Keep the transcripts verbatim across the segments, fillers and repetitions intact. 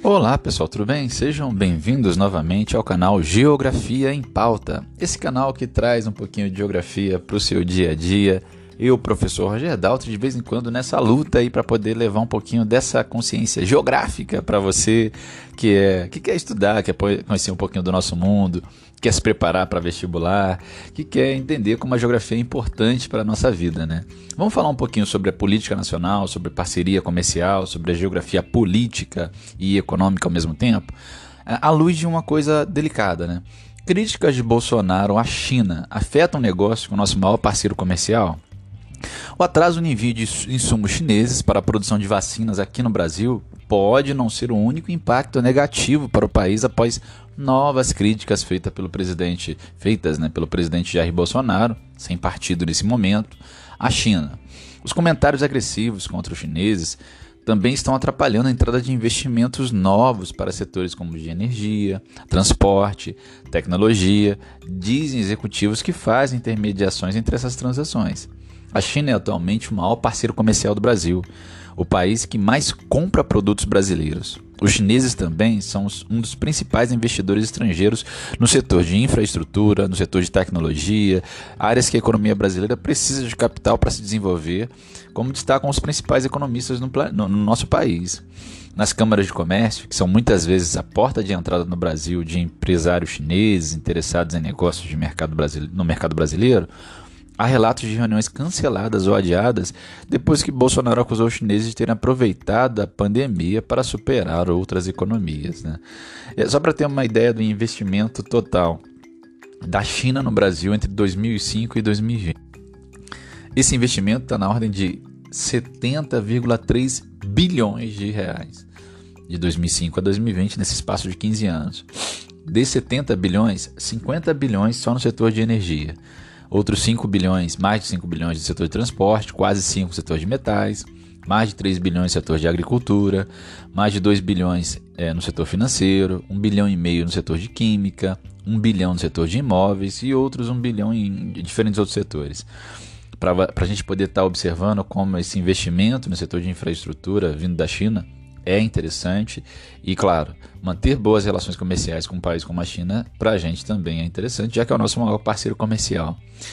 Olá pessoal, tudo bem? Sejam bem-vindos novamente ao canal Geografia em Pauta. Esse canal que traz um pouquinho de geografia para o seu dia a dia. Eu, professor Roger Daltri, de vez em quando nessa luta aí para poder levar um pouquinho dessa consciência geográfica para você que, é, que quer estudar, quer conhecer um pouquinho do nosso mundo, quer se preparar para vestibular, que quer entender como a geografia é importante para a nossa vida, né? Vamos falar um pouquinho sobre a política nacional, sobre parceria comercial, sobre a geografia política e econômica ao mesmo tempo, à luz de uma coisa delicada, né? Críticas de Bolsonaro à China afetam o negócio com o nosso maior parceiro comercial? O atraso no envio de insumos chineses para a produção de vacinas aqui no Brasil pode não ser o único impacto negativo para o país após novas críticas feitas pelo presidente, feitas, né, pelo presidente Jair Bolsonaro, sem partido nesse momento, à China. Os comentários agressivos contra os chineses também estão atrapalhando a entrada de investimentos novos para setores como de energia, transporte, tecnologia, dizem executivos que fazem intermediações entre essas transações. A China é atualmente o maior parceiro comercial do Brasil, o país que mais compra produtos brasileiros. Os chineses também são um dos principais investidores estrangeiros no setor de infraestrutura, no setor de tecnologia, áreas que a economia brasileira precisa de capital para se desenvolver, como destacam os principais economistas no, no, no nosso país. Nas câmaras de comércio, que são muitas vezes a porta de entrada no Brasil de empresários chineses interessados em negócios de mercado no mercado brasileiro, há relatos de reuniões canceladas ou adiadas depois que Bolsonaro acusou os chineses de terem aproveitado a pandemia para superar outras economias, né? Só para ter uma ideia do investimento total da China no Brasil entre dois mil e cinco e dois mil e vinte. Esse investimento está na ordem de setenta vírgula três bilhões de reais, de dois mil e cinco a dois mil e vinte, nesse espaço de quinze anos. Desses setenta bilhões, cinquenta bilhões só no setor de energia. Outros cinco bilhões, mais de cinco bilhões no setor de transporte, quase cinco no setor de metais, mais de três bilhões no setor de agricultura, mais de dois bilhões é, no setor financeiro, um bilhão e meio no setor de química, um bilhão no setor de imóveis e outros um bilhão em diferentes outros setores. Para a gente poder estar tá observando como esse investimento no setor de infraestrutura vindo da China é interessante e, claro, manter boas relações comerciais com um país como a China, para a gente também é interessante, já que é o nosso maior parceiro comercial.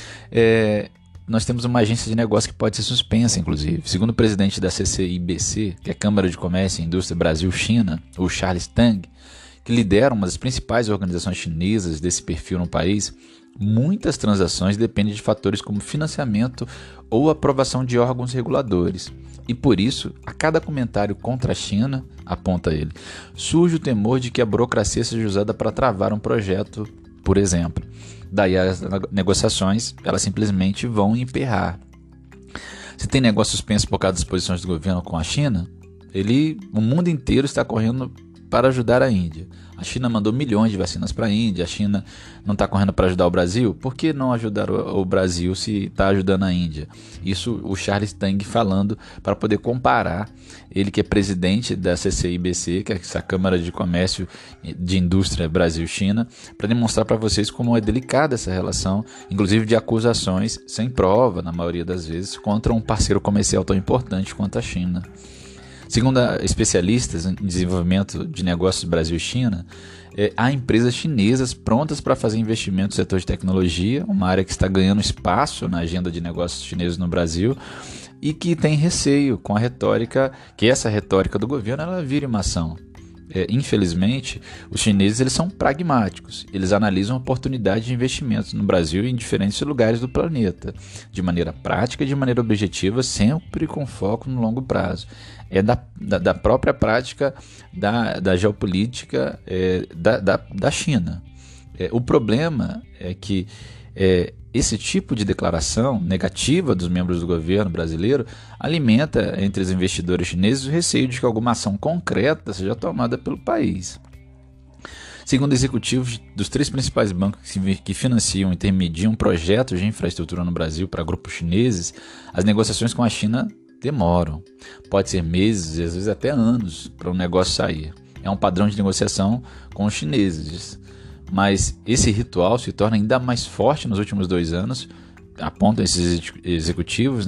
É, nós temos uma agência de negócio que pode ser suspensa, inclusive. Segundo o presidente da C C I B C, que é a Câmara de Comércio e Indústria Brasil-China, o Charles Tang, que lidera uma das principais organizações chinesas desse perfil no país, muitas transações dependem de fatores como financiamento ou aprovação de órgãos reguladores. E por isso, a cada comentário contra a China, aponta ele, surge o temor de que a burocracia seja usada para travar um projeto, por exemplo. Daí as negociações, elas simplesmente vão emperrar. Se tem negócio suspenso por causa das posições do governo com a China, ele, o mundo inteiro está correndo para ajudar a Índia. A China mandou milhões de vacinas para a Índia, a China não está correndo para ajudar o Brasil? Por que não ajudar o, o Brasil se está ajudando a Índia? Isso o Charles Tang falando para poder comparar, ele que é presidente da C C I B C, que é essa Câmara de Comércio de Indústria Brasil-China, para demonstrar para vocês como é delicada essa relação, inclusive de acusações sem prova, na maioria das vezes, contra um parceiro comercial tão importante quanto a China. Segundo especialistas em desenvolvimento de negócios Brasil e China, é, há empresas chinesas prontas para fazer investimento no setor de tecnologia, uma área que está ganhando espaço na agenda de negócios chineses no Brasil e que tem receio com a retórica, que essa retórica do governo ela vire uma ação. É, infelizmente, os chineses eles são pragmáticos, eles analisam oportunidades de investimentos no Brasil e em diferentes lugares do planeta, de maneira prática e de maneira objetiva, sempre com foco no longo prazo. É da, da, da própria prática da, da geopolítica é, da, da, da China. É, o problema é que é, esse tipo de declaração negativa dos membros do governo brasileiro alimenta entre os investidores chineses o receio de que alguma ação concreta seja tomada pelo país. Segundo executivos dos três principais bancos que financiam e intermediam projetos de infraestrutura no Brasil para grupos chineses, as negociações com a China demoram. Pode ser meses, às vezes até anos, para um negócio sair. É um padrão de negociação com os chineses. Mas esse ritual se torna ainda mais forte nos últimos dois anos, apontam esses executivos, né?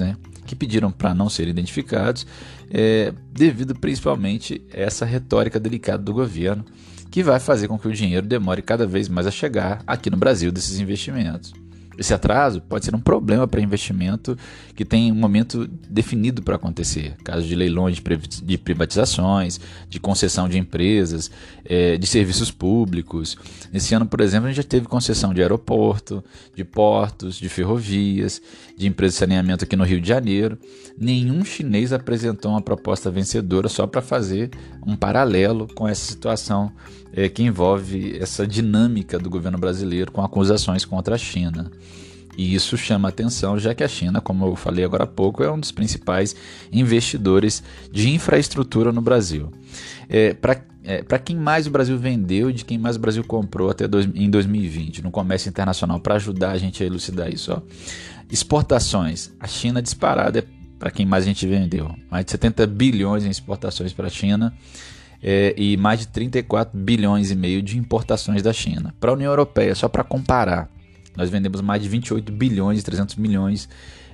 que pediram para não serem identificados, é, devido principalmente a essa retórica delicada do governo, que vai fazer com que o dinheiro demore cada vez mais a chegar aqui no Brasil desses investimentos. Esse atraso pode ser um problema para investimento que tem um momento definido para acontecer, caso de leilões de privatizações, de concessão de empresas, de serviços públicos. Nesse ano, por exemplo, a gente já teve concessão de aeroporto, de portos, de ferrovias, de empresas de saneamento aqui no Rio de Janeiro. Nenhum chinês apresentou uma proposta vencedora só para fazer um paralelo com essa situação é, que envolve essa dinâmica do governo brasileiro com acusações contra a China. E isso chama atenção, já que a China, como eu falei agora há pouco, é um dos principais investidores de infraestrutura no Brasil. É, Para é, para quem mais o Brasil vendeu e de quem mais o Brasil comprou até dois, em dois mil e vinte, no comércio internacional, para ajudar a gente a elucidar isso. Ó. Exportações, a China disparada é para quem mais a gente vendeu. Mais de setenta bilhões em exportações para a China. É, e mais de trinta e quatro bilhões e meio de importações da China. Para a União Europeia, só para comparar, nós vendemos mais de vinte e oito bilhões e trezentos milhões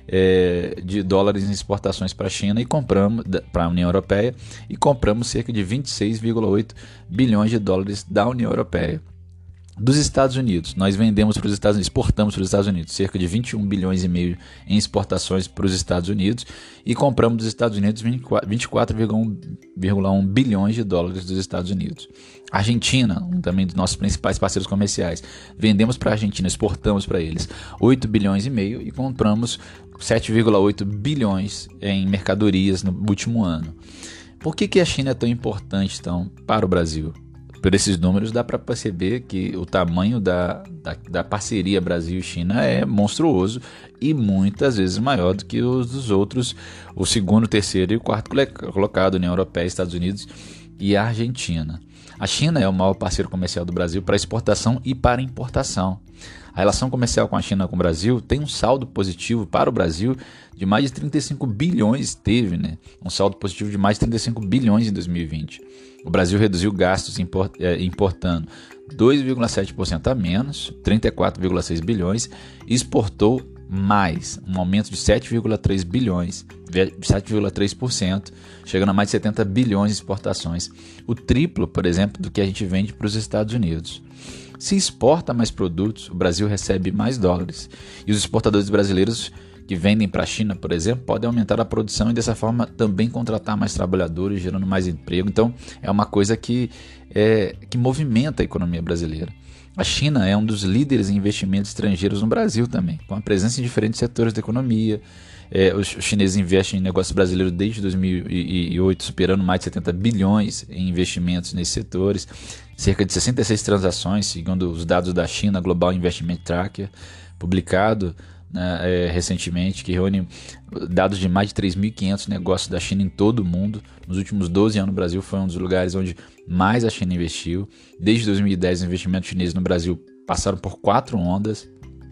é, de dólares em exportações para a China e compramos para a União Europeia e compramos cerca de vinte e seis vírgula oito bilhões de dólares da União Europeia. Dos Estados Unidos, nós vendemos para os Estados Unidos, exportamos para os Estados Unidos cerca de vinte e um bilhões e meio em exportações para os Estados Unidos e compramos dos Estados Unidos vinte e quatro vírgula um bilhões de dólares dos Estados Unidos. Argentina, um também dos nossos principais parceiros comerciais, vendemos para a Argentina, exportamos para eles oito bilhões e meio e compramos sete vírgula oito bilhões em mercadorias no último ano. Por que, que a China é tão importante então, para o Brasil? Por esses números dá para perceber que o tamanho da, da, da parceria Brasil e China é monstruoso e muitas vezes maior do que os dos outros, o segundo, terceiro e o quarto colocado, União Europeia, Estados Unidos e a Argentina. A China é o maior parceiro comercial do Brasil para exportação e para importação. A relação comercial com a China com o Brasil tem um saldo positivo para o Brasil de mais de trinta e cinco bilhões, teve, né? Um saldo positivo de mais de trinta e cinco bilhões em dois mil e vinte. O Brasil reduziu gastos importando dois vírgula sete por cento a menos, trinta e quatro vírgula seis bilhões, e exportou mais, um aumento de sete vírgula três bilhões, sete vírgula três por cento, chegando a mais de setenta bilhões de exportações, o triplo, por exemplo, do que a gente vende para os Estados Unidos. Se exporta mais produtos, o Brasil recebe mais dólares, e os exportadores brasileiros que vendem para a China, por exemplo, podem aumentar a produção e dessa forma também contratar mais trabalhadores, gerando mais emprego. Então, é uma coisa que, é, que movimenta a economia brasileira. A China é um dos líderes em investimentos estrangeiros no Brasil também, com a presença em diferentes setores da economia. É, os chineses investem em negócios brasileiros desde dois mil e oito, superando mais de setenta bilhões em investimentos nesses setores. Cerca de sessenta e seis transações, segundo os dados da China Global Investment Tracker, publicado né, é, recentemente, que reúne dados de mais de três mil e quinhentos negócios da China em todo o mundo. Nos últimos doze anos, o Brasil foi um dos lugares onde mais a China investiu. Desde dois mil e dez, os investimentos chineses no Brasil passaram por quatro ondas.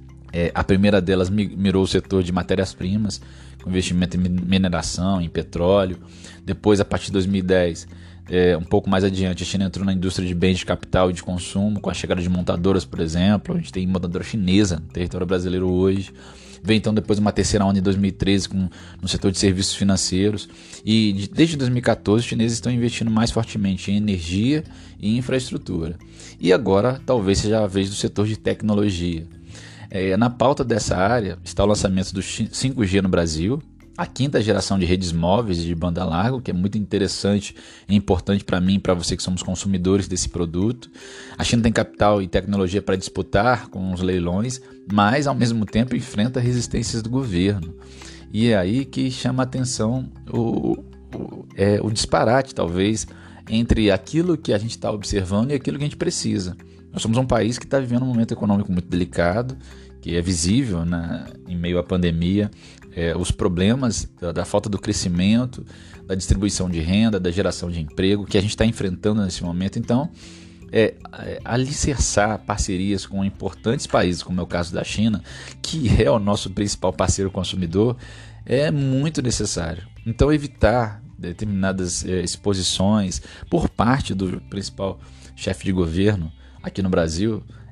É, a primeira delas mirou o setor de matérias-primas, com investimento em mineração, em petróleo. Depois, a partir de dois mil e dez, é, um pouco mais adiante, a China entrou na indústria de bens de capital e de consumo, com a chegada de montadoras, por exemplo. A gente tem montadora chinesa no território brasileiro hoje. Veio então depois uma terceira onda em dois mil e treze com, no setor de serviços financeiros. E de, desde dois mil e catorze, os chineses estão investindo mais fortemente em energia e infraestrutura. E agora, talvez seja a vez do setor de tecnologia. É, na pauta dessa área está o lançamento do cinco G no Brasil, a quinta geração de redes móveis de banda larga, que é muito interessante e importante para mim e para você que somos consumidores desse produto. A China tem capital e tecnologia para disputar com os leilões, mas ao mesmo tempo enfrenta resistências do governo. E é aí que chama a atenção o, o, é, o disparate, talvez, entre aquilo que a gente está observando e aquilo que a gente precisa. Nós somos um país que está vivendo um momento econômico muito delicado, que é visível né, em meio à pandemia, é, os problemas da, da falta do crescimento, da distribuição de renda, da geração de emprego que a gente está enfrentando nesse momento. Então, é, é, alicerçar parcerias com importantes países, como é o caso da China, que é o nosso principal parceiro consumidor, é muito necessário. Então, evitar determinadas é, exposições por parte do principal chefe de governo aqui no Brasil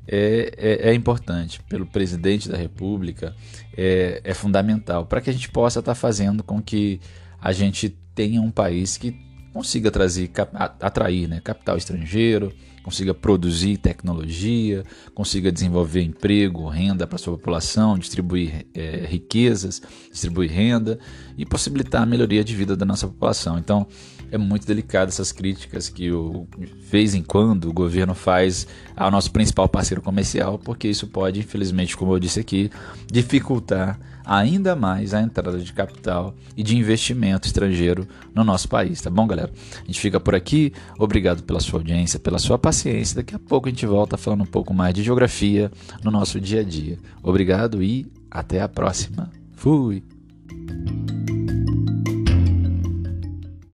é, é, é importante, pelo presidente da República, é, é fundamental para que a gente possa estar fazendo com que a gente tenha um país que consiga trazer, atrair, né, capital estrangeiro, consiga produzir tecnologia, consiga desenvolver emprego, renda para a sua população, distribuir é, riquezas, distribuir renda e possibilitar a melhoria de vida da nossa população. Então, é muito delicado essas críticas que, o, de vez em quando, o governo faz ao nosso principal parceiro comercial, porque isso pode, infelizmente, como eu disse aqui, dificultar ainda mais a entrada de capital e de investimento estrangeiro no nosso país, tá bom, galera? A gente fica por aqui, obrigado pela sua audiência, pela sua paciência, daqui a pouco a gente volta falando um pouco mais de geografia no nosso dia a dia. Obrigado e até a próxima. Fui!